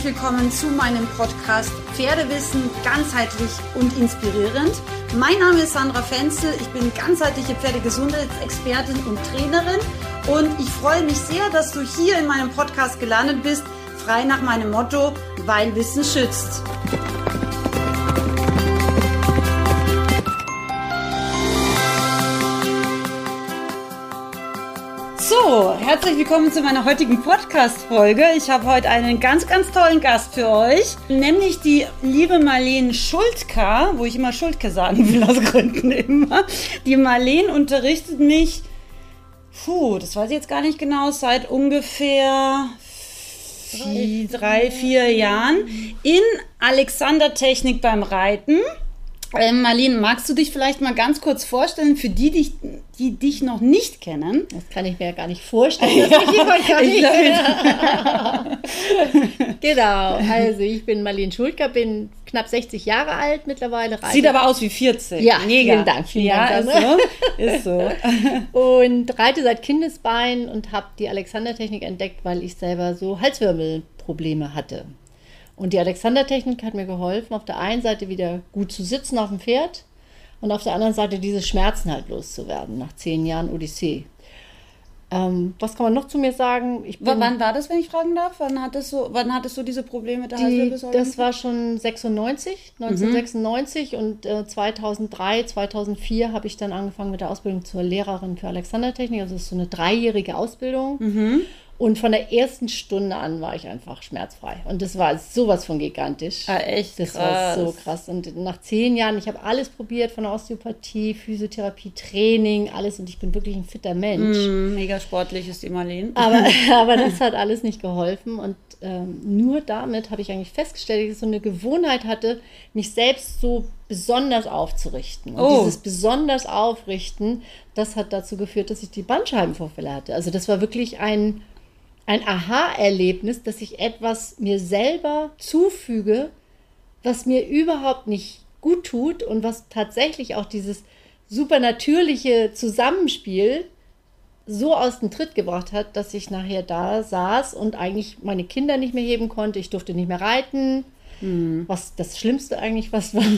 willkommen zu meinem Podcast Pferdewissen ganzheitlich und inspirierend. Mein Name ist Sandra Fenzel, ich bin ganzheitliche Pferdegesundheitsexpertin und Trainerin und ich freue mich sehr, dass du hier in meinem Podcast gelandet bist, frei nach meinem Motto, weil Wissen schützt. So, herzlich willkommen zu meiner heutigen Podcast-Folge. Ich habe heute einen ganz, ganz tollen Gast für euch, nämlich die liebe Marlene Schultka, wo ich immer Schultke sagen will aus Gründen immer. Die Marlene unterrichtet mich, das weiß ich jetzt gar nicht genau, seit ungefähr 3-4 Jahren in Alexandertechnik beim Reiten. Marlene, magst du dich vielleicht mal ganz kurz vorstellen, für die dich noch nicht kennen? Das kann ich mir ja gar nicht vorstellen, dass ich jemand gar nicht Genau, also ich bin Marlene Schultka, bin knapp 60 Jahre alt mittlerweile. Sieht aber aus wie 40. Ja, mega. Vielen Dank. Ist so. Und reite seit Kindesbein und habe die Alexandertechnik entdeckt, weil ich selber so Halswirbelprobleme hatte. Und die Alexandertechnik hat mir geholfen, auf der einen Seite wieder gut zu sitzen auf dem Pferd und auf der anderen Seite diese Schmerzen halt loszuwerden, nach 10 Jahren Odyssee. Was kann man noch zu mir sagen? Wann war das, wenn ich fragen darf? Wann hattest du diese Probleme mit der Halswirbelsäule? Das war schon 1996 und 2003, 2004 habe ich dann angefangen mit der Ausbildung zur Lehrerin für Alexandertechnik. Also das ist so eine 3-jährige Ausbildung. Mhm. Und von der ersten Stunde an war ich einfach schmerzfrei. Und das war sowas von gigantisch. Ah, echt das krass. War so krass. Und nach 10 Jahren, ich habe alles probiert, von der Osteopathie, Physiotherapie, Training, alles. Und ich bin wirklich ein fitter Mensch. Mega sportlich ist die Marlene. Aber das hat alles nicht geholfen. Und nur damit habe ich eigentlich festgestellt, dass ich so eine Gewohnheit hatte, mich selbst so besonders aufzurichten. Und dieses besonders Aufrichten, das hat dazu geführt, dass ich die Bandscheibenvorfälle hatte. Also das war wirklich ein Aha-Erlebnis, dass ich etwas mir selber zufüge, was mir überhaupt nicht gut tut und was tatsächlich auch dieses supernatürliche Zusammenspiel so aus dem Tritt gebracht hat, dass ich nachher da saß und eigentlich meine Kinder nicht mehr heben konnte. Ich durfte nicht mehr reiten, was das Schlimmste eigentlich was war.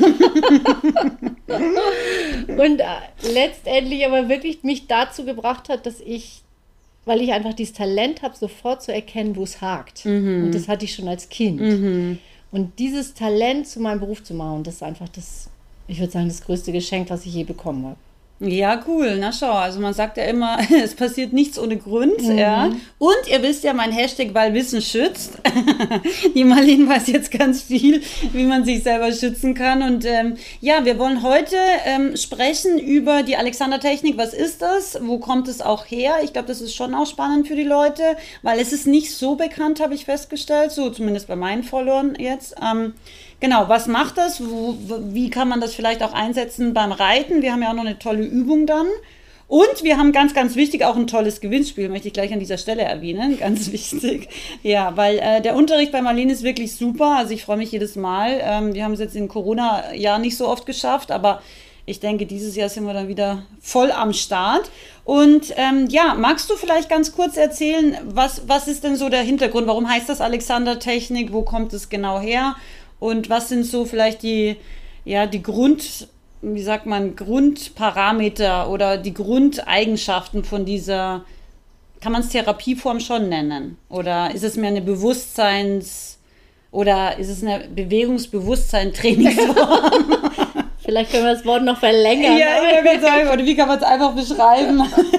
Und letztendlich aber wirklich mich dazu gebracht hat, dass weil ich einfach dieses Talent habe, sofort zu erkennen, wo es hakt. Und das hatte ich schon als Kind. Und dieses Talent zu meinem Beruf zu machen, das ist einfach ich würde sagen, das größte Geschenk, was ich je bekommen habe. Ja, cool. Na schau, also man sagt ja immer, es passiert nichts ohne Grund. Ja. Und ihr wisst ja, mein Hashtag, weil Wissen schützt. Die Marlene weiß jetzt ganz viel, wie man sich selber schützen kann. Und wir wollen heute sprechen über die Alexandertechnik. Was ist das? Wo kommt es auch her? Ich glaube, das ist schon auch spannend für die Leute, weil es ist nicht so bekannt, habe ich festgestellt, so zumindest bei meinen Followern jetzt. Genau, was macht das? Wie kann man das vielleicht auch einsetzen beim Reiten? Wir haben ja auch noch eine tolle Übung dann. Und wir haben ganz, ganz wichtig auch ein tolles Gewinnspiel, möchte ich gleich an dieser Stelle erwähnen. Ganz wichtig. Ja, weil der Unterricht bei Marlene ist wirklich super. Also ich freue mich jedes Mal. Wir haben es jetzt in Corona-Jahr nicht so oft geschafft, aber ich denke, dieses Jahr sind wir dann wieder voll am Start. Und magst du vielleicht ganz kurz erzählen, was ist denn so der Hintergrund? Warum heißt das Alexandertechnik? Wo kommt es genau her? Und was sind so vielleicht die Grundparameter oder die Grundeigenschaften von dieser, kann man es Therapieform schon nennen? Oder ist es mehr eine oder ist es eine Bewegungsbewusstsein-Trainingsform? Vielleicht können wir das Wort noch verlängern. Oder wie kann man es einfach beschreiben?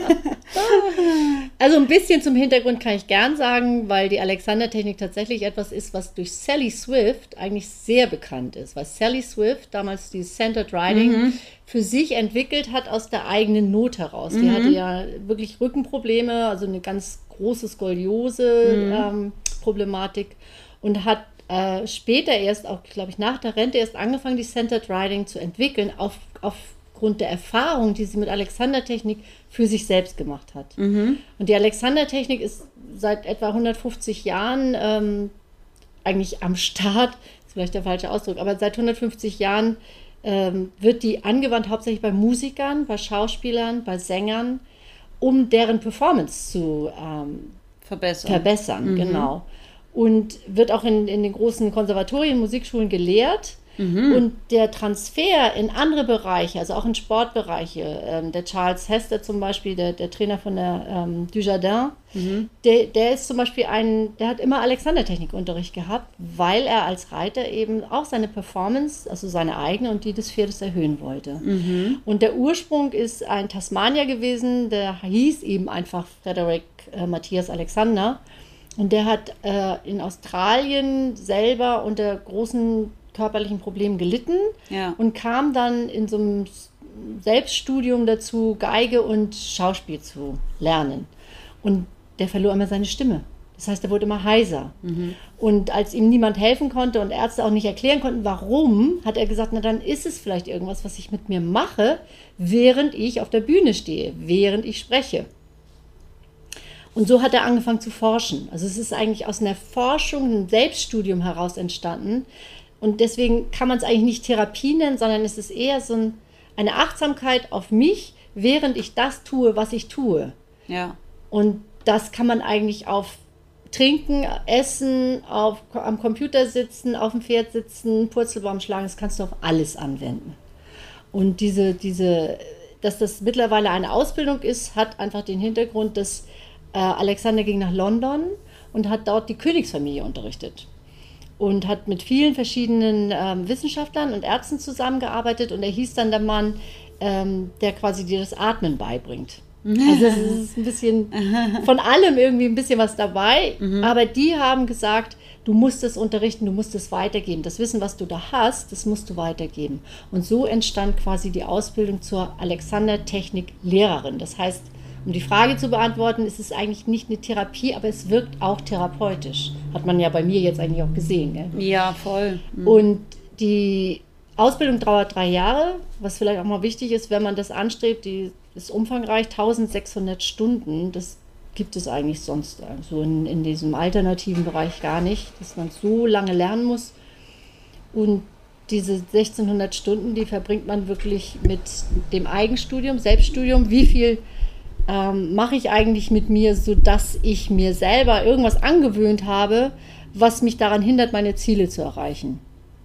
Also ein bisschen zum Hintergrund kann ich gern sagen, weil die Alexandertechnik tatsächlich etwas ist, was durch Sally Swift eigentlich sehr bekannt ist. Weil Sally Swift damals die Centered Riding für sich entwickelt hat aus der eigenen Not heraus. Die hatte ja wirklich Rückenprobleme, also eine ganz große Skoliose-Problematik und hat später erst, auch glaube ich nach der Rente, erst angefangen, die Centered Riding zu entwickeln, aufgrund der Erfahrung, die sie mit Alexandertechnik für sich selbst gemacht hat. Und die Alexandertechnik ist seit etwa 150 Jahren eigentlich am Start, ist vielleicht der falsche Ausdruck, aber seit 150 Jahren wird die angewandt hauptsächlich bei Musikern, bei Schauspielern, bei Sängern, um deren Performance zu verbessern. Genau. und wird auch in den großen Konservatorien, Musikschulen gelehrt. Und der Transfer in andere Bereiche, also auch in Sportbereiche, der Charles Hester zum Beispiel, der Trainer von der Dujardin, der ist zum Beispiel der hat immer Alexander-Technikunterricht gehabt, weil er als Reiter eben auch seine Performance, also seine eigene und die des Pferdes erhöhen wollte. Und der Ursprung ist ein Tasmanier gewesen, der hieß eben einfach Frederick Matthias Alexander. Und der hat in Australien selber unter großen körperlichen Problemen gelitten und kam dann in so einem Selbststudium dazu, Geige und Schauspiel zu lernen. Und der verlor immer seine Stimme. Das heißt, er wurde immer heiser. Und als ihm niemand helfen konnte und Ärzte auch nicht erklären konnten, warum, hat er gesagt, na dann ist es vielleicht irgendwas, was ich mit mir mache, während ich auf der Bühne stehe, während ich spreche. Und so hat er angefangen zu forschen. Also es ist eigentlich aus einer Forschung, einem Selbststudium heraus entstanden. Und deswegen kann man es eigentlich nicht Therapie nennen, sondern es ist eher so eine Achtsamkeit auf mich, während ich das tue, was ich tue. Ja. Und das kann man eigentlich auf Trinken, Essen, am Computer sitzen, auf dem Pferd sitzen, Purzelbaum schlagen, das kannst du auf alles anwenden. Und dass das mittlerweile eine Ausbildung ist, hat einfach den Hintergrund, dass Alexander ging nach London und hat dort die Königsfamilie unterrichtet. Und hat mit vielen verschiedenen Wissenschaftlern und Ärzten zusammengearbeitet und er hieß dann der Mann, der quasi dir das Atmen beibringt. Also es ist ein bisschen von allem irgendwie ein bisschen was dabei, aber die haben gesagt, du musst es unterrichten, du musst es weitergeben. Das Wissen, was du da hast, das musst du weitergeben. Und so entstand quasi die Ausbildung zur Alexander-Technik-Lehrerin. Das heißt, um die Frage zu beantworten, ist es eigentlich nicht eine Therapie, aber es wirkt auch therapeutisch. Hat man ja bei mir jetzt eigentlich auch gesehen. Gell? Ja, voll. Und die Ausbildung dauert 3 Jahre, was vielleicht auch mal wichtig ist, wenn man das anstrebt, die ist umfangreich, 1600 Stunden. Das gibt es eigentlich sonst so in diesem alternativen Bereich gar nicht, dass man so lange lernen muss. Und diese 1600 Stunden, die verbringt man wirklich mit dem Eigenstudium, Selbststudium. Wie viel mache ich eigentlich mit mir, sodass ich mir selber irgendwas angewöhnt habe, was mich daran hindert, meine Ziele zu erreichen.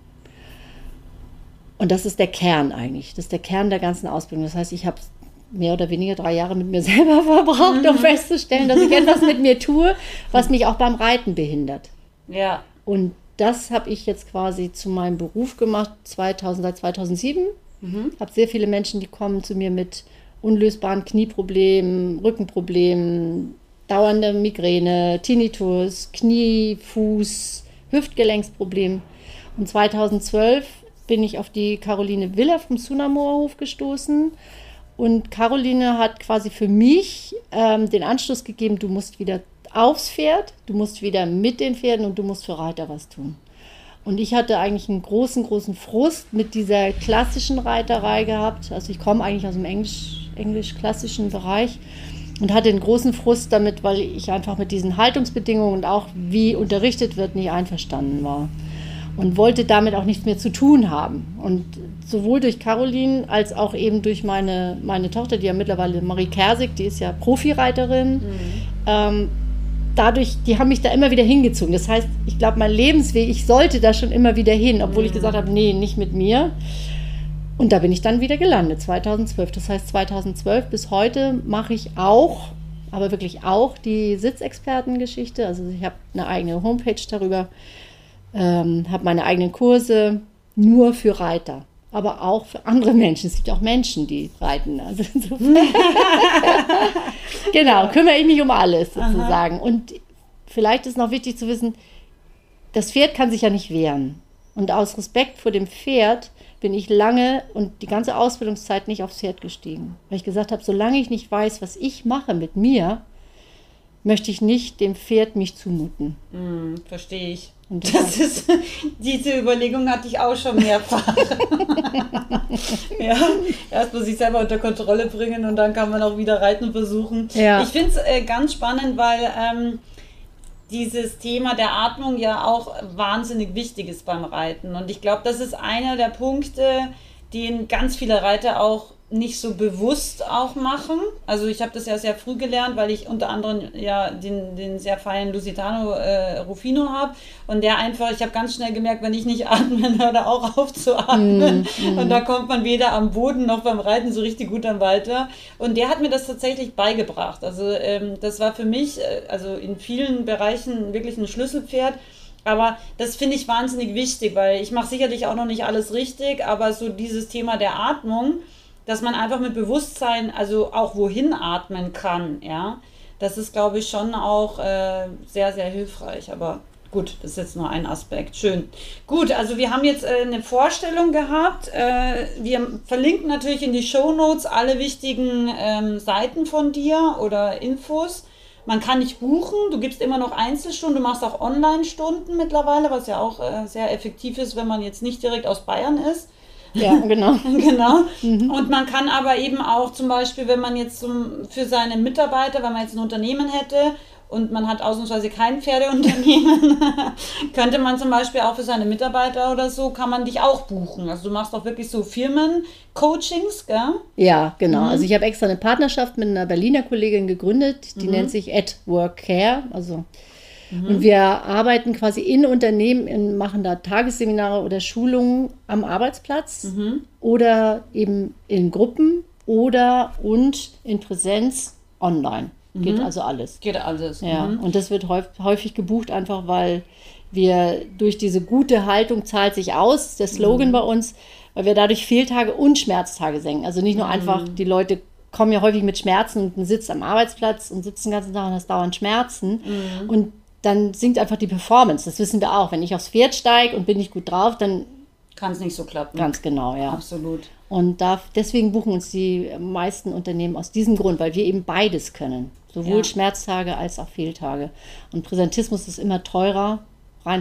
Und das ist der Kern eigentlich. Das ist der Kern der ganzen Ausbildung. Das heißt, ich habe mehr oder weniger 3 Jahre mit mir selber verbracht, um festzustellen, dass ich etwas mit mir tue, was mich auch beim Reiten behindert. Ja. Und das habe ich jetzt quasi zu meinem Beruf gemacht, seit 2007. Habe sehr viele Menschen, die kommen zu mir mit unlösbaren Knieproblemen, Rückenproblemen, dauernde Migräne, Tinnitus, Knie, Fuß, Hüftgelenksproblem. Und 2012 bin ich auf die Caroline Willer vom Sunamoor-Hof gestoßen. Und Caroline hat quasi für mich den Anstoß gegeben, du musst wieder aufs Pferd, du musst wieder mit den Pferden und du musst für Reiter was tun. Und ich hatte eigentlich einen großen Frust mit dieser klassischen Reiterei gehabt. Also ich komme eigentlich aus dem englisch-klassischen Bereich und hatte einen großen Frust damit, weil ich einfach mit diesen Haltungsbedingungen und auch wie unterrichtet wird, nicht einverstanden war. Und wollte damit auch nichts mehr zu tun haben. Und sowohl durch Caroline als auch eben durch meine Tochter, die ja mittlerweile Marie Kersig, die ist ja Profireiterin, dadurch, die haben mich da immer wieder hingezogen. Das heißt, ich glaube, mein Lebensweg, ich sollte da schon immer wieder hin, obwohl ich gesagt habe, nee, nicht mit mir. Und da bin ich dann wieder gelandet, 2012. Das heißt, 2012 bis heute mache ich auch, aber wirklich auch die Sitzexpertengeschichte. Also ich habe eine eigene Homepage darüber, habe meine eigenen Kurse nur für Reiter, aber auch für andere Menschen. Es gibt auch Menschen, die reiten. Also genau, kümmere ich mich um alles sozusagen. Aha. Und vielleicht ist noch wichtig zu wissen, das Pferd kann sich ja nicht wehren. Und aus Respekt vor dem Pferd bin ich lange und die ganze Ausbildungszeit nicht aufs Pferd gestiegen. Weil ich gesagt habe, solange ich nicht weiß, was ich mache mit mir, möchte ich nicht dem Pferd mich zumuten. Verstehe ich. Und diese Überlegung hatte ich auch schon mehrfach. Ja, erst muss ich selber unter Kontrolle bringen und dann kann man auch wieder reiten versuchen. Ja. Ich finde es ganz spannend, weil dieses Thema der Atmung ja auch wahnsinnig wichtig ist beim Reiten. Und ich glaube, das ist einer der Punkte, den ganz viele Reiter auch nicht so bewusst auch machen. Also ich habe das ja sehr früh gelernt, weil ich unter anderem ja den sehr feinen Lusitano Rufino habe und der einfach, ich habe ganz schnell gemerkt, wenn ich nicht atme, dann hört er auch auf zu atmen und da kommt man weder am Boden noch beim Reiten so richtig gut dann weiter und der hat mir das tatsächlich beigebracht. Also das war für mich, also in vielen Bereichen wirklich ein Schlüsselpferd. Aber das finde ich wahnsinnig wichtig, weil ich mache sicherlich auch noch nicht alles richtig, aber so dieses Thema der Atmung, dass man einfach mit Bewusstsein, also auch wohin atmen kann, ja, das ist, glaube ich, schon auch sehr, sehr hilfreich. Aber gut, das ist jetzt nur ein Aspekt. Schön. Gut, also wir haben jetzt eine Vorstellung gehabt. Wir verlinken natürlich in die Shownotes alle wichtigen Seiten von dir oder Infos. Man kann nicht buchen, du gibst immer noch Einzelstunden, du machst auch Online-Stunden mittlerweile, was ja auch sehr effektiv ist, wenn man jetzt nicht direkt aus Bayern ist. Ja, genau. Genau. Und man kann aber eben auch zum Beispiel, wenn man jetzt für seine Mitarbeiter, wenn man jetzt ein Unternehmen hätte und man hat ausnahmsweise kein Pferdeunternehmen, könnte man zum Beispiel auch für seine Mitarbeiter oder so, kann man dich auch buchen. Also du machst auch wirklich so Firmen-Coachings, gell? Ja, genau. Also ich habe extra eine Partnerschaft mit einer Berliner Kollegin gegründet, die nennt sich At Work Care, also und wir arbeiten quasi in Unternehmen, machen da Tagesseminare oder Schulungen am Arbeitsplatz oder eben in Gruppen und in Präsenz online. Geht also alles. Geht alles. Ja, und das wird häufig gebucht, einfach weil wir durch diese gute Haltung zahlt sich aus, der Slogan bei uns, weil wir dadurch Fehltage und Schmerztage senken. Also nicht nur einfach, die Leute kommen ja häufig mit Schmerzen und man sitzt am Arbeitsplatz und sitzt den ganzen Tag und hast dauernd Schmerzen und dann sinkt einfach die Performance. Das wissen wir auch. Wenn ich aufs Pferd steige und bin nicht gut drauf, dann kann es nicht so klappen. Ganz genau, ja. Absolut. Und deswegen buchen uns die meisten Unternehmen aus diesem Grund, weil wir eben beides können. Sowohl Schmerztage als auch Fehltage. Und Präsentismus ist immer teurer, weil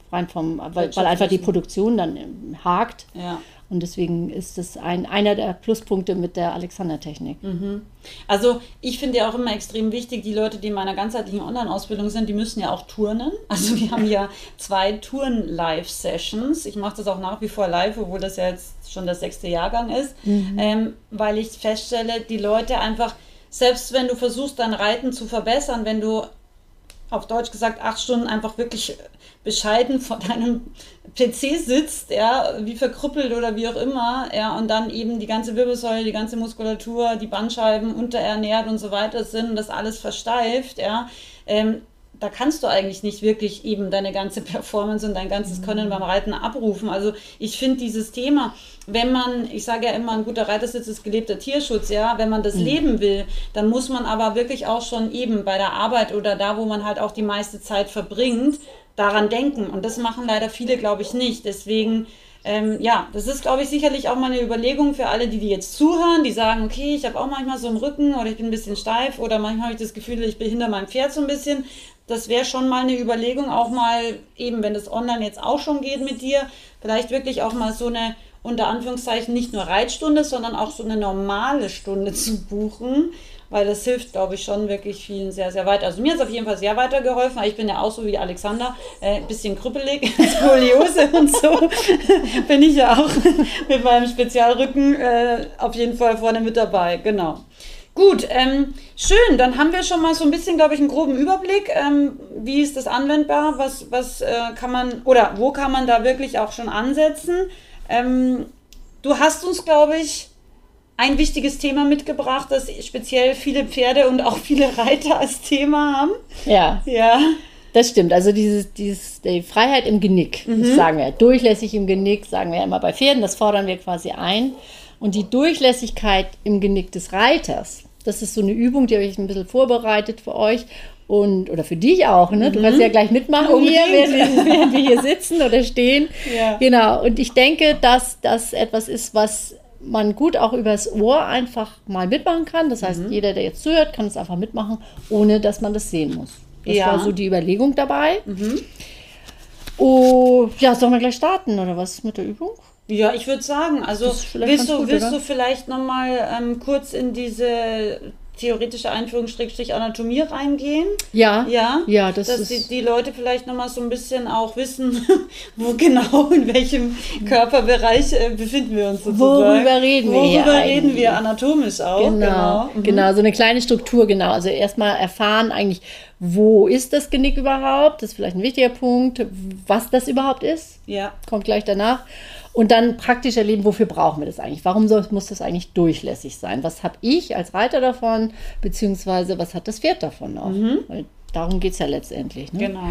einfach die Produktion dann hakt. Ja. Und deswegen ist es einer der Pluspunkte mit der Alexander-Technik. Also ich finde ja auch immer extrem wichtig, die Leute, die in meiner ganzheitlichen Online-Ausbildung sind, die müssen ja auch turnen. Also wir haben ja 2 Touren-Live-Sessions. Ich mache das auch nach wie vor live, obwohl das ja jetzt schon der 6. Jahrgang ist, weil ich feststelle, die Leute einfach, selbst wenn du versuchst, dein Reiten zu verbessern, wenn du auf Deutsch gesagt 8 Stunden einfach wirklich bescheiden vor deinem PC sitzt, ja, wie verkrüppelt oder wie auch immer, ja, und dann eben die ganze Wirbelsäule, die ganze Muskulatur, die Bandscheiben unterernährt und so weiter sind und das alles versteift, ja, da kannst du eigentlich nicht wirklich eben deine ganze Performance und dein ganzes Können beim Reiten abrufen. Also ich finde dieses Thema, wenn man, ich sage ja immer, ein guter Reitersitz ist gelebter Tierschutz, ja, wenn man das leben will, dann muss man aber wirklich auch schon eben bei der Arbeit oder da, wo man halt auch die meiste Zeit verbringt, daran denken. Und das machen leider viele, glaube ich, nicht. Deswegen, das ist, glaube ich, sicherlich auch mal eine Überlegung für alle, die jetzt zuhören, die sagen, okay, ich habe auch manchmal so einen Rücken oder ich bin ein bisschen steif oder manchmal habe ich das Gefühl, ich behindere mein Pferd so ein bisschen. Das wäre schon mal eine Überlegung, auch mal eben, wenn das online jetzt auch schon geht mit dir, vielleicht wirklich auch mal so eine, unter Anführungszeichen, nicht nur Reitstunde, sondern auch so eine normale Stunde zu buchen, weil das hilft, glaube ich, schon wirklich vielen sehr, sehr weiter. Also mir hat es auf jeden Fall sehr weitergeholfen, weil ich bin ja auch so wie Alexander, ein bisschen krüppelig, Skoliose und so, bin ich ja auch mit meinem Spezialrücken auf jeden Fall vorne mit dabei, genau. Gut, schön, dann haben wir schon mal so ein bisschen, glaube ich, einen groben Überblick, wie ist das anwendbar, was kann man, oder wo kann man da wirklich auch schon ansetzen. Du hast uns, glaube ich, ein wichtiges Thema mitgebracht, das speziell viele Pferde und auch viele Reiter als Thema haben. Ja. Das stimmt, also die Freiheit im Genick, das sagen wir, durchlässig im Genick, sagen wir immer bei Pferden, das fordern wir quasi ein. Und die Durchlässigkeit im Genick des Reiters, das ist so eine Übung, die habe ich ein bisschen vorbereitet für euch oder für dich auch. Ne? Du kannst ja gleich mitmachen hier, während wir hier sitzen oder stehen. Ja. Genau, und ich denke, dass das etwas ist, was man gut auch übers Ohr einfach mal mitmachen kann. Das heißt, jeder, der jetzt zuhört, kann es einfach mitmachen, ohne dass man das sehen muss. Das war so die Überlegung dabei. Oh, ja, sollen wir gleich starten oder was mit der Übung? Ja, ich würde sagen, also willst du vielleicht nochmal kurz in diese theoretische Einführung / Anatomie reingehen. Ja, dass die Leute vielleicht nochmal so ein bisschen auch wissen, wo genau, in welchem Körperbereich befinden wir uns sozusagen. Worüber reden wir anatomisch auch. Genau, so eine kleine Struktur, genau. Also erstmal erfahren eigentlich, wo ist das Genick überhaupt? Das ist vielleicht ein wichtiger Punkt. Was das überhaupt ist, kommt gleich danach. Und dann praktisch erleben, wofür brauchen wir das eigentlich? Warum muss das eigentlich durchlässig sein? Was habe ich als Reiter davon, beziehungsweise was hat das Pferd davon auch? Weil darum geht es ja letztendlich. Ne? Genau.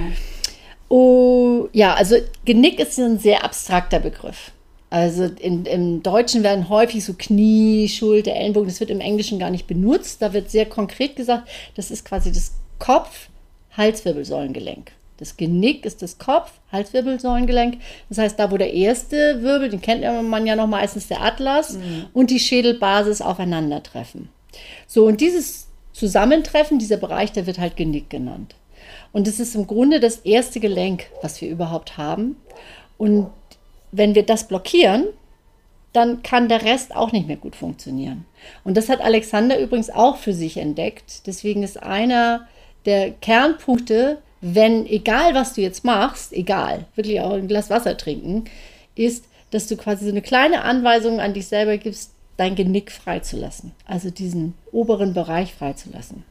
Oh, ja, also Genick ist ein sehr abstrakter Begriff. Also im Deutschen werden häufig so Knie, Schulter, Ellenbogen, das wird im Englischen gar nicht benutzt. Da wird sehr konkret gesagt, das ist quasi das Kopf-Halswirbelsäulengelenk. Das Genick ist das Kopf-Halswirbelsäulengelenk. Das heißt, da wo der erste Wirbel, den kennt man ja noch meistens, der Atlas, und die Schädelbasis aufeinandertreffen. So, und dieses Zusammentreffen, dieser Bereich, der wird halt Genick genannt. Und das ist im Grunde das erste Gelenk, was wir überhaupt haben. Und wenn wir das blockieren, dann kann der Rest auch nicht mehr gut funktionieren. Und das hat Alexander übrigens auch für sich entdeckt. Deswegen ist einer der Kernpunkte, wenn, egal was du jetzt machst, egal, wirklich auch ein Glas Wasser trinken, ist, dass du quasi so eine kleine Anweisung an dich selber gibst, dein Genick freizulassen. Also diesen oberen Bereich freizulassen.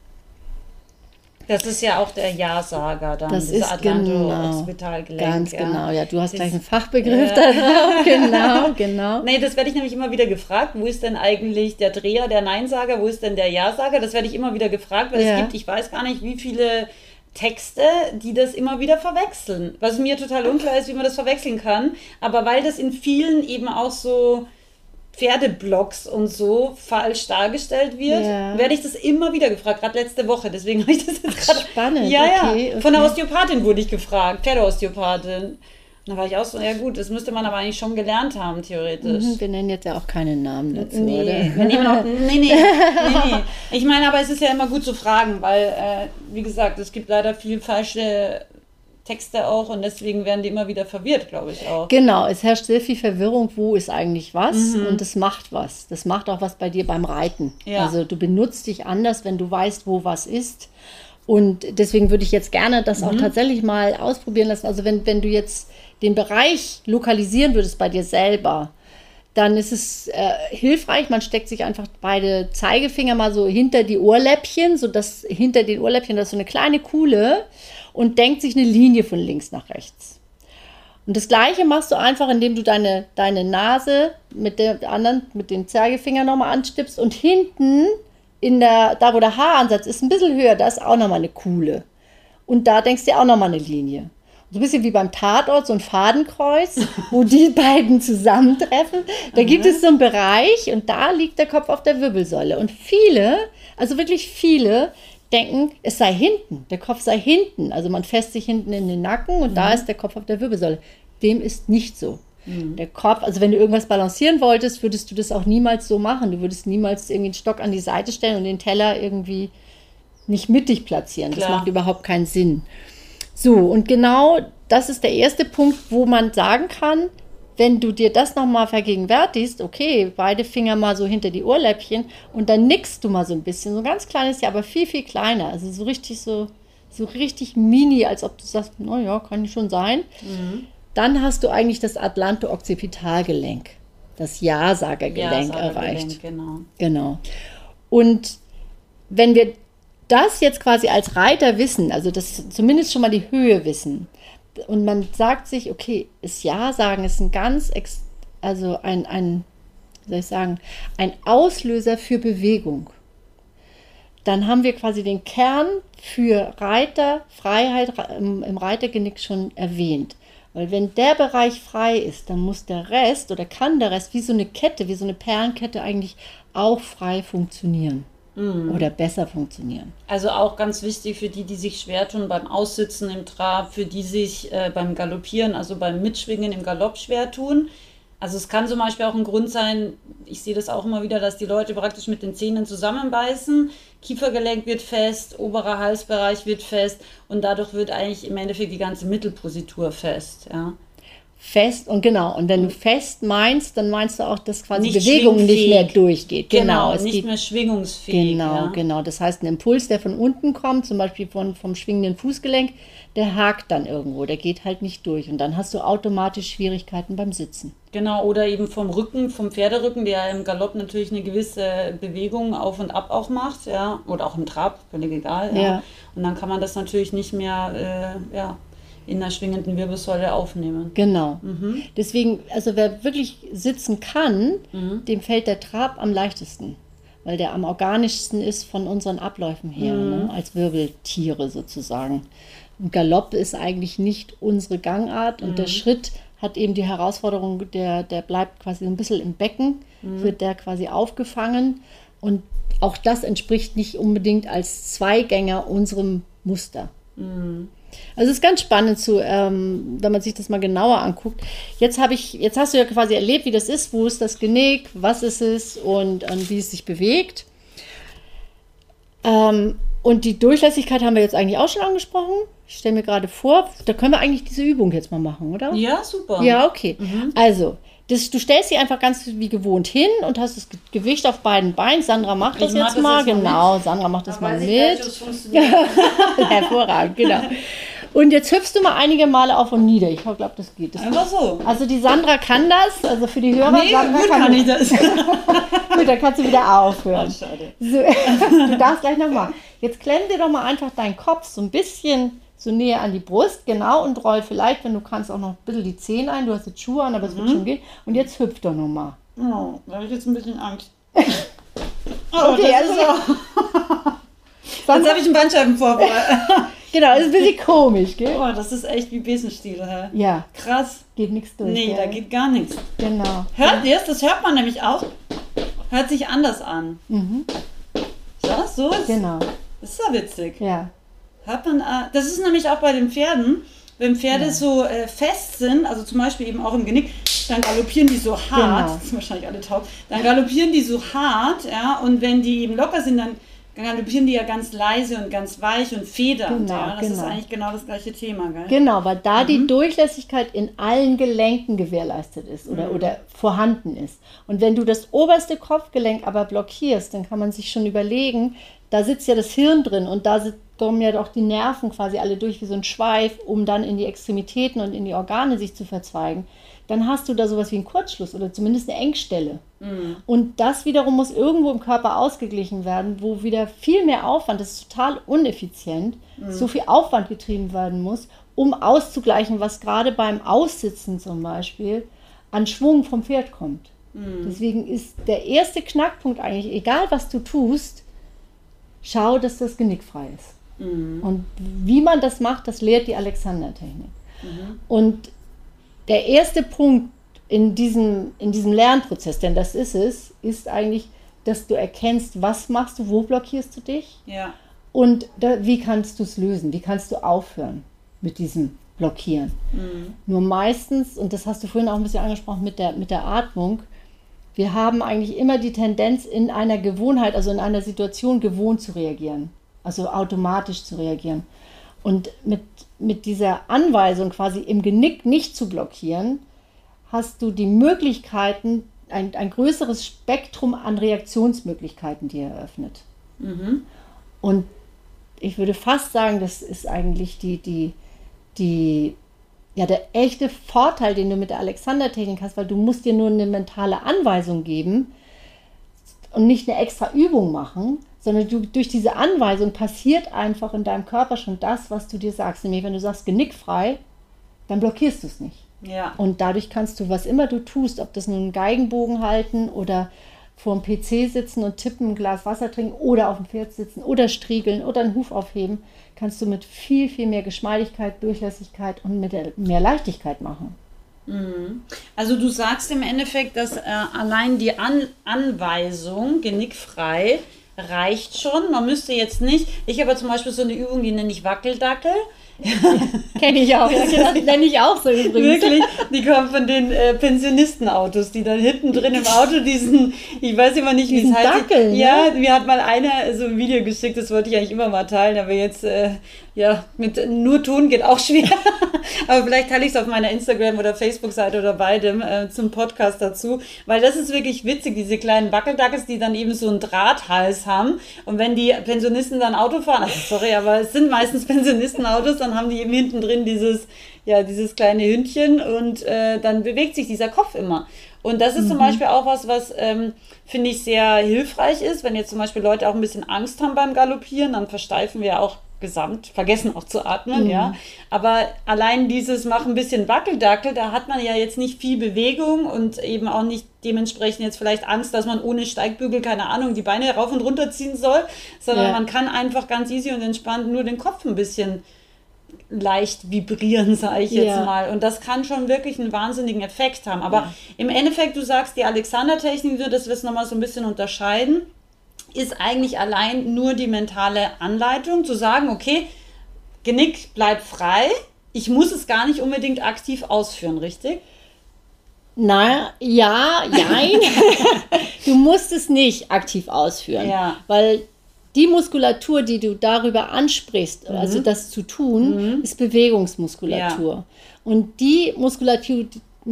Das ist ja auch der Ja-Sager dann, das ist Atlanto-Occipitalgelenk. Ganz genau, ja, du hast gleich einen Fachbegriff darauf, genau. Nee, das werde ich nämlich immer wieder gefragt, wo ist denn eigentlich der Dreher, der Nein-Sager, wo ist denn der Ja-Sager? Das werde ich immer wieder gefragt, weil es gibt, ich weiß gar nicht, wie viele Texte, die das immer wieder verwechseln. Was mir total unklar ist, wie man das verwechseln kann, aber weil das in vielen eben auch so Pferdeblocks und so falsch dargestellt wird, werde ich das immer wieder gefragt, gerade letzte Woche, deswegen habe ich das jetzt gerade... Spannend, okay. Von der Osteopathin wurde ich gefragt, Pferdeosteopathin. Da war ich auch so, ja gut, das müsste man aber eigentlich schon gelernt haben, theoretisch. Wir nennen jetzt ja auch keinen Namen dazu, oder? Nee. Ich meine, aber es ist ja immer gut zu fragen, weil, wie gesagt, es gibt leider viel falsche Texte auch und deswegen werden die immer wieder verwirrt, glaube ich auch. Genau, es herrscht sehr viel Verwirrung, wo ist eigentlich was und das macht was. Das macht auch was bei dir beim Reiten. Ja. Also du benutzt dich anders, wenn du weißt, wo was ist. Und deswegen würde ich jetzt gerne das auch tatsächlich mal ausprobieren lassen. Also wenn du jetzt den Bereich lokalisieren würdest bei dir selber, dann ist es hilfreich, man steckt sich einfach beide Zeigefinger mal so hinter die Ohrläppchen, sodass hinter den Ohrläppchen das so eine kleine Kuhle und denkt sich eine Linie von links nach rechts. Und das Gleiche machst du einfach, indem du deine Nase mit dem Zeigefinger nochmal anstippst und hinten da wo der Haaransatz ist, ein bisschen höher, da ist auch nochmal eine Kuhle. Und da denkst du dir auch nochmal eine Linie. So ein bisschen wie beim Tatort, so ein Fadenkreuz, wo die beiden zusammentreffen. Da gibt es so einen Bereich und da liegt der Kopf auf der Wirbelsäule. Und viele, also wirklich viele, denken, es sei hinten, der Kopf sei hinten. Also man fässt sich hinten in den Nacken und da ist der Kopf auf der Wirbelsäule. Dem ist nicht so. Der Kopf, also wenn du irgendwas balancieren wolltest, würdest du das auch niemals so machen. Du würdest niemals irgendwie einen Stock an die Seite stellen und den Teller irgendwie nicht mittig platzieren. Klar. Das macht überhaupt keinen Sinn. So, und genau das ist der erste Punkt, wo man sagen kann, wenn du dir das nochmal vergegenwärtigst, okay, beide Finger mal so hinter die Ohrläppchen und dann nickst du mal so ein bisschen, so ein ganz kleines, ja, aber viel, viel kleiner. Also so richtig mini, als ob du sagst, naja, kann schon sein. Dann hast du eigentlich das Atlanto-Occipitalgelenk, das Ja-Sagergelenk erreicht. Genau. Und wenn wir das jetzt quasi als Reiter wissen, also das zumindest schon mal die Höhe wissen, und man sagt sich, okay, das Ja-Sagen ist ein Auslöser für Bewegung. Dann haben wir quasi den Kern für Reiterfreiheit im Reitergenick schon erwähnt. Weil wenn der Bereich frei ist, dann muss der Rest oder kann der Rest wie so eine Kette, wie so eine Perlenkette eigentlich auch frei funktionieren. Oder besser funktionieren. Also auch ganz wichtig für die sich schwer tun beim Aussitzen im Trab, für die sich beim Galoppieren, also beim Mitschwingen im Galopp schwer tun. Also es kann zum Beispiel auch ein Grund sein, ich sehe das auch immer wieder, dass die Leute praktisch mit den Zähnen zusammenbeißen, Kiefergelenk wird fest, oberer Halsbereich wird fest und dadurch wird eigentlich im Endeffekt die ganze Mittelpositur fest. Ja. fest und genau. Und wenn du fest meinst, dann meinst du auch, dass quasi Nicht Bewegung nicht mehr durchgeht. Genau, es nicht geht, mehr schwingungsfähig. Genau. Das heißt, ein Impuls, der von unten kommt, zum Beispiel vom schwingenden Fußgelenk, der hakt dann irgendwo, der geht halt nicht durch. Und dann hast du automatisch Schwierigkeiten beim Sitzen. Genau, oder eben vom Rücken, vom Pferderücken, der im Galopp natürlich eine gewisse Bewegung auf und ab auch macht, ja, oder auch im Trab, völlig egal. Ja. Und dann kann man das natürlich nicht mehr, in der schwingenden Wirbelsäule aufnehmen. Genau. Deswegen, also wer wirklich sitzen kann, dem fällt der Trab am leichtesten, weil der am organischsten ist von unseren Abläufen her, ne? Als Wirbeltiere sozusagen. Und Galopp ist eigentlich nicht unsere Gangart und der Schritt hat eben die Herausforderung, der bleibt quasi ein bisschen im Becken, wird der quasi aufgefangen und auch das entspricht nicht unbedingt als Zweigänger unserem Muster. Also es ist ganz spannend wenn man sich das mal genauer anguckt. Jetzt hast du ja quasi erlebt, wie das ist, wo ist das Genick, was ist es und wie es sich bewegt. Und die Durchlässigkeit haben wir jetzt eigentlich auch schon angesprochen. Ich stelle mir gerade vor, da können wir eigentlich diese Übung jetzt mal machen, oder? Ja, super. Ja, okay. Also, du stellst sie einfach ganz wie gewohnt hin und hast das Gewicht auf beiden Beinen. Sandra macht das jetzt mal. Genau, Sandra macht das mal mit. Hervorragend, genau. Und jetzt hüpfst du mal einige Male auf und nieder. Ich glaube, das geht. Einfach so. Also die Sandra kann das, also für die Hörer. Nee, Sandra gut kann ich das. Gut, dann kannst du wieder aufhören. Oh, schade. So, du darfst gleich nochmal. Jetzt klemm dir doch mal einfach deinen Kopf so ein bisschen so näher an die Brust, genau, und roll vielleicht, wenn du kannst, auch noch ein bisschen die Zehen ein. Du hast jetzt Schuhe an, aber es wird schon gehen. Und jetzt hüpf doch nochmal. Oh, da habe ich jetzt ein bisschen Angst. Okay, Jetzt habe ich einen Bandscheibenvorfall. Genau, das ist ein bisschen komisch, gell? Oh, das ist echt wie Besenstiel, hä? Ja. Krass. Geht nichts durch. Nee, gell? da geht gar nichts. Genau. Hört ihr es? Das hört man nämlich auch. Hört sich anders an. Ja, so ist Genau. Das ist ja witzig. Ja. Hört man, das ist nämlich auch bei den Pferden. Wenn Pferde so fest sind, also zum Beispiel eben auch im Genick, dann galoppieren die so hart. Genau. Das sind wahrscheinlich alle taub. Dann galoppieren die so hart, ja. Und wenn die eben locker sind, dann galoppieren die ja ganz leise und ganz weich und federnd. Genau, ja. Das ist eigentlich genau das gleiche Thema, gell? Genau, weil da die Durchlässigkeit in allen Gelenken gewährleistet ist oder vorhanden ist. Und wenn du das oberste Kopfgelenk aber blockierst, dann kann man sich schon überlegen, da sitzt ja das Hirn drin und da kommen ja doch die Nerven quasi alle durch wie so ein Schweif, um dann in die Extremitäten und in die Organe sich zu verzweigen. Dann hast du da sowas wie einen Kurzschluss oder zumindest eine Engstelle. Und das wiederum muss irgendwo im Körper ausgeglichen werden, wo wieder viel mehr Aufwand, das ist total uneffizient, so viel Aufwand getrieben werden muss, um auszugleichen, was gerade beim Aussitzen zum Beispiel an Schwung vom Pferd kommt. Deswegen ist der erste Knackpunkt eigentlich, egal was du tust, schau, dass das Genick frei ist. Und wie man das macht, das lehrt die Alexander-Technik. Und der erste Punkt in diesem Lernprozess, denn das ist es, ist eigentlich, dass du erkennst, was machst du, wo blockierst du dich und wie kannst du es lösen, wie kannst du aufhören mit diesem Blockieren. Nur meistens, und das hast du vorhin auch ein bisschen angesprochen mit der Atmung, wir haben eigentlich immer die Tendenz, in einer Gewohnheit, also in einer Situation gewohnt zu reagieren, also automatisch zu reagieren. Und mit dieser Anweisung quasi im Genick nicht zu blockieren, hast du die Möglichkeiten, ein größeres Spektrum an Reaktionsmöglichkeiten dir eröffnet. Und ich würde fast sagen, das ist eigentlich der echte Vorteil, den du mit der Alexander-Technik hast, weil du musst dir nur eine mentale Anweisung geben und nicht eine extra Übung machen, sondern durch diese Anweisung passiert einfach in deinem Körper schon das, was du dir sagst. Nämlich, wenn du sagst, genickfrei, dann blockierst du es nicht. Ja. Und dadurch kannst du, was immer du tust, ob das nun einen Geigenbogen halten oder vor dem PC sitzen und tippen, ein Glas Wasser trinken oder auf dem Pferd sitzen oder striegeln oder einen Huf aufheben, kannst du mit viel, viel mehr Geschmeidigkeit, Durchlässigkeit und mit mehr Leichtigkeit machen. Also du sagst im Endeffekt, dass allein die Anweisung, genickfrei, reicht schon. Man müsste jetzt nicht, ich habe zum Beispiel so eine Übung, die nenne ich Wackeldackel. Kenne ich auch, das nenne ich auch so übrigens. Wirklich, die kommt von den Pensionistenautos, die dann hinten drin im Auto ich weiß immer nicht, wie es heißt. Dackel, ne? Ja, mir hat mal einer so ein Video geschickt, das wollte ich eigentlich immer mal teilen, aber jetzt, mit nur tun geht auch schwer. Aber vielleicht teile ich es auf meiner Instagram- oder Facebook-Seite oder beidem zum Podcast dazu, weil das ist wirklich witzig, diese kleinen Wackeldackels, die dann eben so einen Drahthals haben. Und wenn die Pensionisten dann Auto fahren, also sorry, aber es sind meistens Pensionistenautos, dann haben die eben hinten drin dieses kleine Hündchen und dann bewegt sich dieser Kopf immer. Und das ist zum Beispiel auch was finde ich sehr hilfreich ist, wenn jetzt zum Beispiel Leute auch ein bisschen Angst haben beim Galoppieren, dann versteifen wir auch gesamt, vergessen auch zu atmen, ja. Aber allein dieses Mach ein bisschen Wackeldackel, da hat man ja jetzt nicht viel Bewegung und eben auch nicht dementsprechend jetzt vielleicht Angst, dass man ohne Steigbügel, keine Ahnung, die Beine rauf und runter ziehen soll, sondern man kann einfach ganz easy und entspannt nur den Kopf ein bisschen leicht vibrieren, sage ich jetzt mal. Und das kann schon wirklich einen wahnsinnigen Effekt haben. Aber im Endeffekt, du sagst, die Alexander-Technik, dass wir es nochmal so ein bisschen unterscheiden, ist eigentlich allein nur die mentale Anleitung, zu sagen, okay, Genick bleibt frei, ich muss es gar nicht unbedingt aktiv ausführen, richtig? Na, nein. Du musst es nicht aktiv ausführen, weil die Muskulatur, die du darüber ansprichst, also das zu tun, ist Bewegungsmuskulatur. Ja. Und die Muskulatur,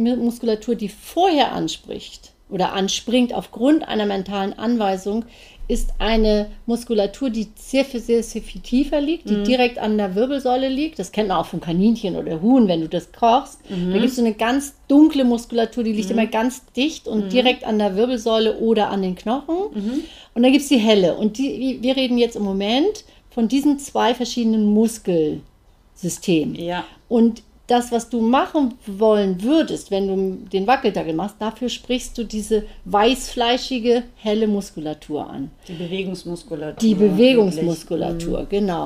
die vorher anspricht oder anspringt aufgrund einer mentalen Anweisung, ist eine Muskulatur, die sehr viel tiefer liegt, die direkt an der Wirbelsäule liegt. Das kennt man auch vom Kaninchen oder Huhn, wenn du das kochst. Da gibt es so eine ganz dunkle Muskulatur, die liegt immer ganz dicht und direkt an der Wirbelsäule oder an den Knochen. Und dann gibt es die helle. Und wir reden jetzt im Moment von diesen zwei verschiedenen Muskelsystemen. Ja. Und das, was du machen wollen würdest, wenn du den Wackeldackel machst, dafür sprichst du diese weißfleischige, helle Muskulatur an. Die Bewegungsmuskulatur. Die Bewegungsmuskulatur, genau.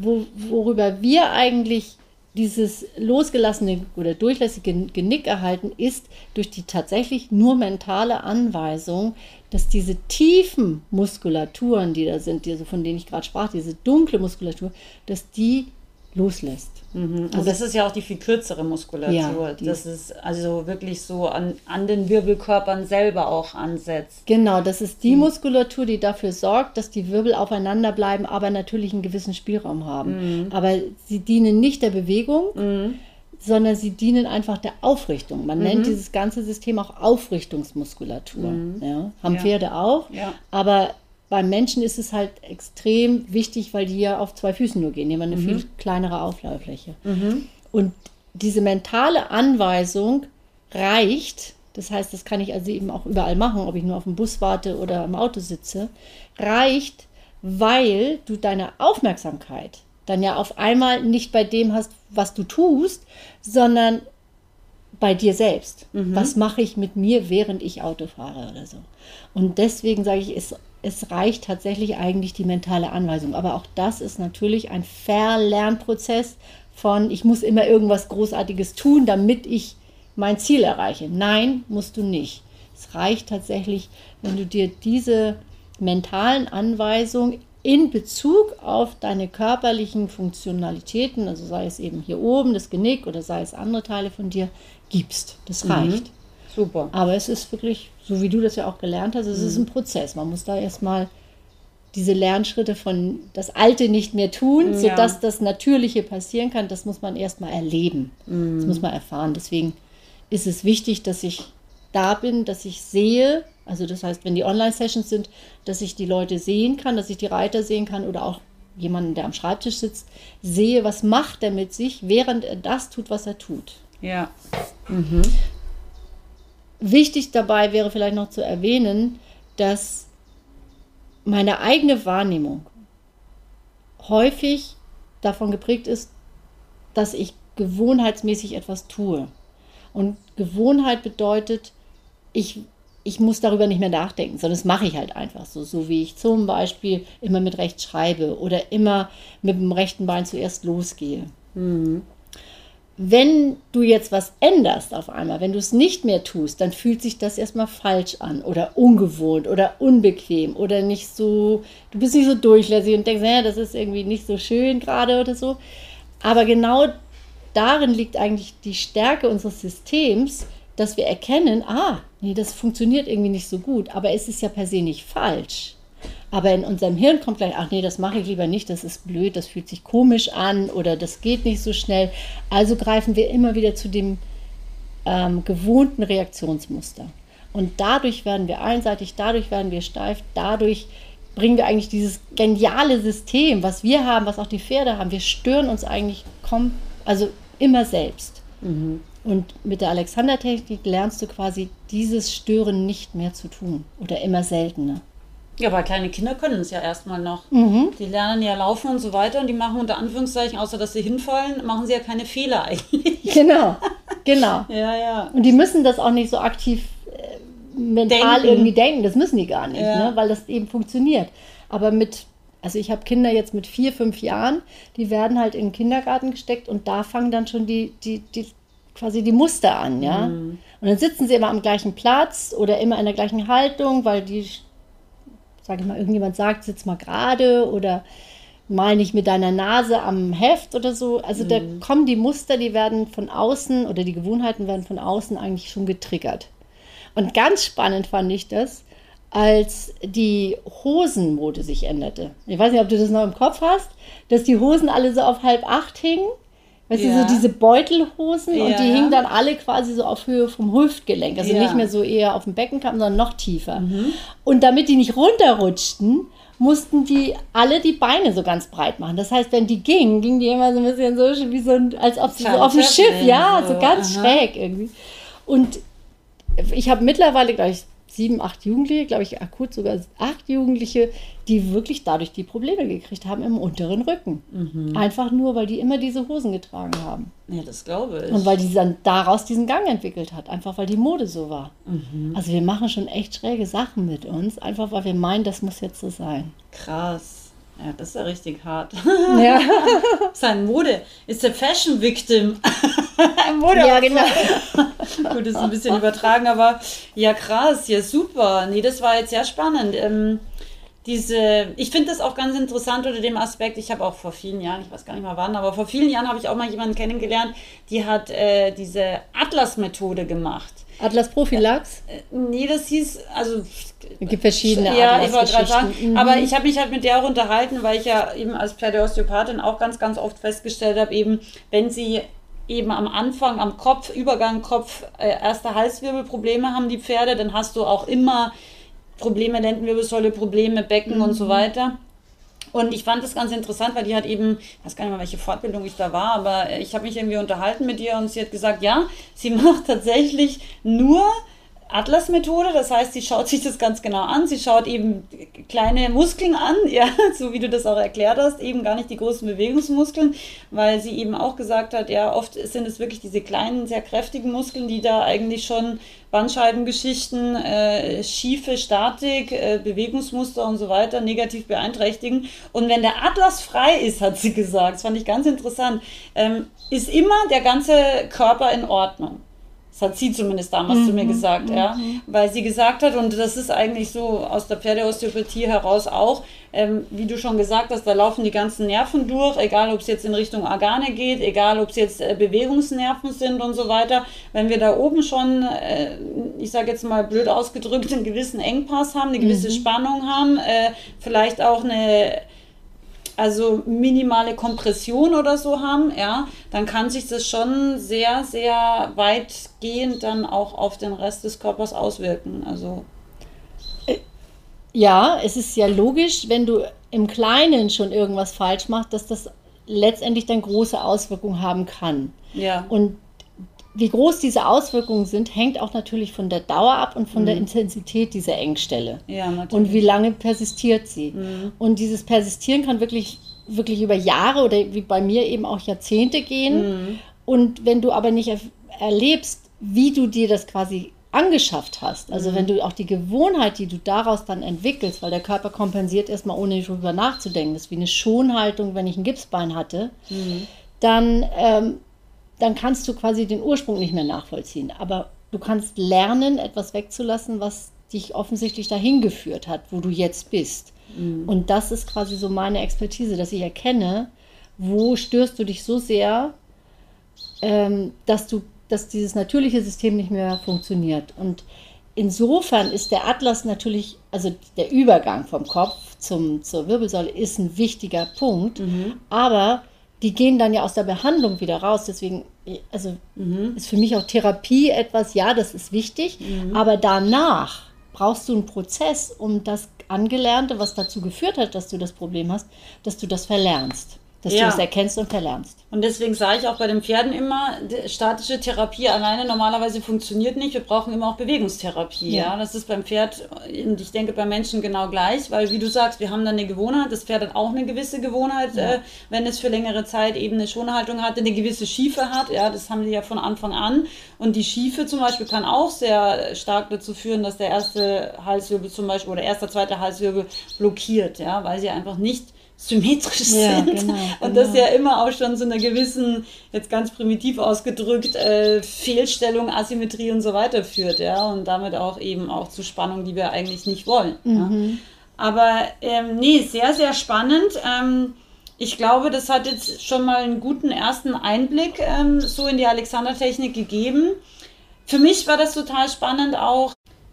Worüber wir eigentlich dieses losgelassene oder durchlässige Genick erhalten, ist durch die tatsächlich nur mentale Anweisung, dass diese tiefen Muskulaturen, die da sind, von denen ich gerade sprach, diese dunkle Muskulatur, dass die loslässt. Und das ist ja auch die viel kürzere Muskulatur. Ja, das ist also wirklich so an den Wirbelkörpern selber auch ansetzt. Genau, das ist die Muskulatur, die dafür sorgt, dass die Wirbel aufeinander bleiben, aber natürlich einen gewissen Spielraum haben. Aber sie dienen nicht der Bewegung, sondern sie dienen einfach der Aufrichtung. Man nennt dieses ganze System auch Aufrichtungsmuskulatur. Ja, haben Pferde auch, aber beim Menschen ist es halt extrem wichtig, weil die ja auf zwei Füßen nur gehen. Die haben eine viel kleinere Auflagefläche. Und diese mentale Anweisung reicht, das heißt, das kann ich also eben auch überall machen, ob ich nur auf dem Bus warte oder im Auto sitze, reicht, weil du deine Aufmerksamkeit dann ja auf einmal nicht bei dem hast, was du tust, sondern bei dir selbst. Was mache ich mit mir, während ich Auto fahre oder so. Und deswegen sage ich, es reicht tatsächlich eigentlich die mentale Anweisung. Aber auch das ist natürlich ein Verlernprozess von, ich muss immer irgendwas Großartiges tun, damit ich mein Ziel erreiche. Nein, musst du nicht. Es reicht tatsächlich, wenn du dir diese mentalen Anweisungen in Bezug auf deine körperlichen Funktionalitäten, also sei es eben hier oben das Genick oder sei es andere Teile von dir, gibst. Das reicht. Super. Aber es ist wirklich, so wie du das ja auch gelernt hast, es ist ein Prozess. Man muss da erstmal diese Lernschritte von das Alte nicht mehr tun, sodass das Natürliche passieren kann, das muss man erstmal erleben. Das muss man erfahren. Deswegen ist es wichtig, dass ich da bin, dass ich sehe, also das heißt, wenn die Online-Sessions sind, dass ich die Leute sehen kann, dass ich die Reiter sehen kann oder auch jemanden, der am Schreibtisch sitzt, sehe, was macht er mit sich, während er das tut, was er tut. Ja. Wichtig dabei wäre vielleicht noch zu erwähnen, dass meine eigene Wahrnehmung häufig davon geprägt ist, dass ich gewohnheitsmäßig etwas tue. Und Gewohnheit bedeutet, ich muss darüber nicht mehr nachdenken, sondern das mache ich halt einfach so wie ich zum Beispiel immer mit rechts schreibe oder immer mit dem rechten Bein zuerst losgehe. Wenn du jetzt was änderst auf einmal, wenn du es nicht mehr tust, dann fühlt sich das erstmal falsch an oder ungewohnt oder unbequem oder nicht so, du bist nicht so durchlässig und denkst, das ist irgendwie nicht so schön gerade oder so. Aber genau darin liegt eigentlich die Stärke unseres Systems, dass wir erkennen, nee, das funktioniert irgendwie nicht so gut, aber es ist ja per se nicht falsch. Aber in unserem Hirn kommt gleich, ach nee, das mache ich lieber nicht, das ist blöd, das fühlt sich komisch an oder das geht nicht so schnell. Also greifen wir immer wieder zu dem gewohnten Reaktionsmuster. Und dadurch werden wir einseitig, dadurch werden wir steif, dadurch bringen wir eigentlich dieses geniale System, was wir haben, was auch die Pferde haben. Wir stören uns eigentlich immer selbst. Mhm. Und mit der Alexander-Technik lernst du quasi dieses Stören nicht mehr zu tun oder immer seltener. Ja, weil kleine Kinder können es ja erstmal noch. Mhm. Die lernen ja laufen und so weiter und die machen unter Anführungszeichen, außer dass sie hinfallen, machen sie ja keine Fehler eigentlich. Genau. Ja. Und die müssen das auch nicht so aktiv mental irgendwie denken, das müssen die gar nicht, ne? Weil das eben funktioniert. Aber ich habe Kinder jetzt mit 4, 5 Jahren, die werden halt in den Kindergarten gesteckt und da fangen dann schon quasi die Muster an, ja. Mhm. Und dann sitzen sie immer am gleichen Platz oder immer in der gleichen Haltung, weil irgendjemand sagt, sitz mal gerade oder mal nicht mit deiner Nase am Heft oder so. Also da kommen die Muster, die werden von außen oder die Gewohnheiten werden von außen eigentlich schon getriggert. Und ganz spannend fand ich das, als die Hosenmode sich änderte. Ich weiß nicht, ob du das noch im Kopf hast, dass die Hosen alle so auf 7:30 hingen. Weißt du, so diese Beutelhosen und die hingen dann alle quasi so auf Höhe vom Hüftgelenk. Also nicht mehr so eher auf dem Beckenkamm, sondern noch tiefer. Mhm. Und damit die nicht runterrutschten, mussten die alle die Beine so ganz breit machen. Das heißt, wenn die gingen die immer so ein bisschen so, wie so als ob sie so auf dem Schiff, so ganz schräg irgendwie. Und ich habe mittlerweile, glaube ich, 7, 8 Jugendliche, glaube ich, akut sogar 8 Jugendliche, die wirklich dadurch die Probleme gekriegt haben im unteren Rücken. Mhm. Einfach nur, weil die immer diese Hosen getragen haben. Ja, das glaube ich. Und weil die dann daraus diesen Gang entwickelt hat, einfach weil die Mode so war. Mhm. Also wir machen schon echt schräge Sachen mit uns, einfach weil wir meinen, das muss jetzt so sein. Krass. Ja, das ist ja richtig hart. Ja. Sein Mode ist der Fashion Victim. Mode. Ja, genau. Gut, das ist ein bisschen übertragen, aber ja, krass, ja, super. Nee, das war jetzt sehr spannend. Ich finde das auch ganz interessant unter dem Aspekt, ich habe auch vor vielen Jahren, ich weiß gar nicht mal wann, aber vor vielen Jahren habe ich auch mal jemanden kennengelernt, die hat diese Atlas-Methode gemacht. Atlas Prophylax? Nee, das hieß, also... Es gibt verschiedene Atlas-Geschichten. Ja, ich wollte gerade sagen, aber ich habe mich halt mit der auch unterhalten, weil ich ja eben als Pferdeosteopathin auch ganz, ganz oft festgestellt habe, eben, wenn sie eben am Anfang, am Kopf, Übergang Kopf, erste Halswirbelprobleme haben die Pferde, dann hast du auch immer Probleme, Lendenwirbelsäule, Probleme, Becken und so weiter. Und ich fand das ganz interessant, weil die hat eben, ich weiß gar nicht mal, welche Fortbildung ich da war, aber ich habe mich irgendwie unterhalten mit ihr und sie hat gesagt, ja, sie macht tatsächlich nur Atlas-Methode, das heißt, sie schaut sich das ganz genau an, sie schaut eben kleine Muskeln an, ja, so wie du das auch erklärt hast, eben gar nicht die großen Bewegungsmuskeln, weil sie eben auch gesagt hat, ja, oft sind es wirklich diese kleinen, sehr kräftigen Muskeln, die da eigentlich schon Bandscheibengeschichten, schiefe Statik, Bewegungsmuster und so weiter negativ beeinträchtigen. Und wenn der Atlas frei ist, hat sie gesagt, das fand ich ganz interessant, ist immer der ganze Körper in Ordnung. Das hat sie zumindest damals zu mir gesagt, ja, weil sie gesagt hat, und das ist eigentlich so aus der Pferdeosteopathie heraus auch, wie du schon gesagt hast, da laufen die ganzen Nerven durch, egal ob es jetzt in Richtung Organe geht, egal ob es jetzt Bewegungsnerven sind und so weiter. Wenn wir da oben schon, ich sage jetzt mal blöd ausgedrückt, einen gewissen Engpass haben, eine gewisse Spannung haben, vielleicht auch eine minimale Kompression oder so haben, ja, dann kann sich das schon sehr, sehr weitgehend dann auch auf den Rest des Körpers auswirken. Also ja, es ist ja logisch, wenn du im Kleinen schon irgendwas falsch machst, dass das letztendlich dann große Auswirkungen haben kann. Ja. Und wie groß diese Auswirkungen sind, hängt auch natürlich von der Dauer ab und von der Intensität dieser Engstelle. Ja, natürlich. Und wie lange persistiert sie. Und dieses Persistieren kann wirklich über Jahre oder wie bei mir eben auch Jahrzehnte gehen. Und wenn du aber nicht erlebst, wie du dir das quasi angeschafft hast, also wenn du auch die Gewohnheit, die du daraus dann entwickelst, weil der Körper kompensiert erstmal, ohne darüber nachzudenken, das ist wie eine Schonhaltung, wenn ich ein Gipsbein hatte, dann kannst du quasi den Ursprung nicht mehr nachvollziehen. Aber du kannst lernen, etwas wegzulassen, was dich offensichtlich dahin geführt hat, wo du jetzt bist. Und das ist quasi so meine Expertise, dass ich erkenne, wo störst du dich so sehr, dass dieses natürliche System nicht mehr funktioniert. Und insofern ist der Atlas natürlich, also der Übergang vom Kopf zur Wirbelsäule ist ein wichtiger Punkt, aber die gehen dann ja aus der Behandlung wieder raus. Deswegen, also ist für mich auch Therapie etwas, ja, das ist wichtig, aber danach brauchst du einen Prozess, um das Angelernte, was dazu geführt hat, dass du das Problem hast, dass du das verlernst. Dass du das erkennst und verlernst. Und deswegen sage ich auch bei den Pferden immer, statische Therapie alleine normalerweise funktioniert nicht. Wir brauchen immer auch Bewegungstherapie. Ja. Das ist beim Pferd und ich denke beim Menschen genau gleich, weil wie du sagst, wir haben dann eine Gewohnheit. Das Pferd hat auch eine gewisse Gewohnheit, wenn es für längere Zeit eben eine Schonhaltung hatte, eine gewisse Schiefe hat. Ja, das haben die ja von Anfang an. Und die Schiefe zum Beispiel kann auch sehr stark dazu führen, dass der erste Halswirbel zum Beispiel oder erster, zweiter Halswirbel blockiert, ja, weil sie einfach nicht symmetrisch sind. Genau. Und das ja immer auch schon zu einer gewissen, jetzt ganz primitiv ausgedrückt, Fehlstellung, Asymmetrie und so weiter führt, ja, und damit auch eben auch zu Spannung, die wir eigentlich nicht wollen. Ja. Aber sehr, sehr spannend. Ich glaube, das hat jetzt schon mal einen guten ersten Einblick so in die Alexander-Technik gegeben. Für mich war das total spannend auch.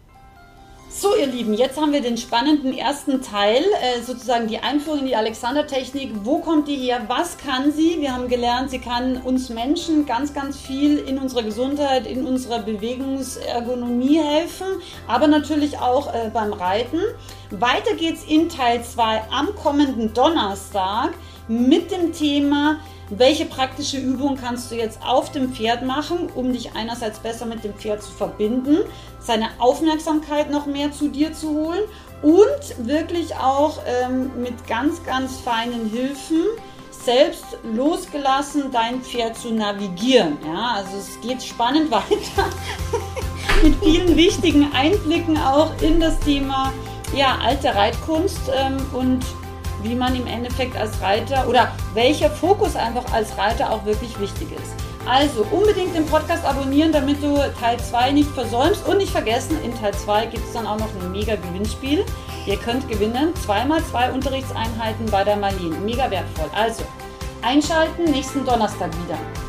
So, ihr Lieben, jetzt haben wir den spannenden ersten Teil, sozusagen die Einführung in die Alexander-Technik. Wo kommt die her? Was kann sie? Wir haben gelernt, sie kann uns Menschen ganz, ganz viel in unserer Gesundheit, in unserer Bewegungsergonomie helfen, aber natürlich auch beim Reiten. Weiter geht's in Teil 2 am kommenden Donnerstag mit dem Thema: Welche praktische Übung kannst du jetzt auf dem Pferd machen, um dich einerseits besser mit dem Pferd zu verbinden, seine Aufmerksamkeit noch mehr zu dir zu holen und wirklich auch mit ganz, ganz feinen Hilfen selbst losgelassen dein Pferd zu navigieren. Ja, also es geht spannend weiter mit vielen wichtigen Einblicken auch in das Thema alte Reitkunst und wie man im Endeffekt als Reiter oder welcher Fokus einfach als Reiter auch wirklich wichtig ist. Also unbedingt den Podcast abonnieren, damit du Teil 2 nicht versäumst und nicht vergessen, in Teil 2 gibt es dann auch noch ein mega Gewinnspiel. Ihr könnt gewinnen 2x2 Unterrichtseinheiten bei der Marlene. Mega wertvoll. Also einschalten, nächsten Donnerstag wieder.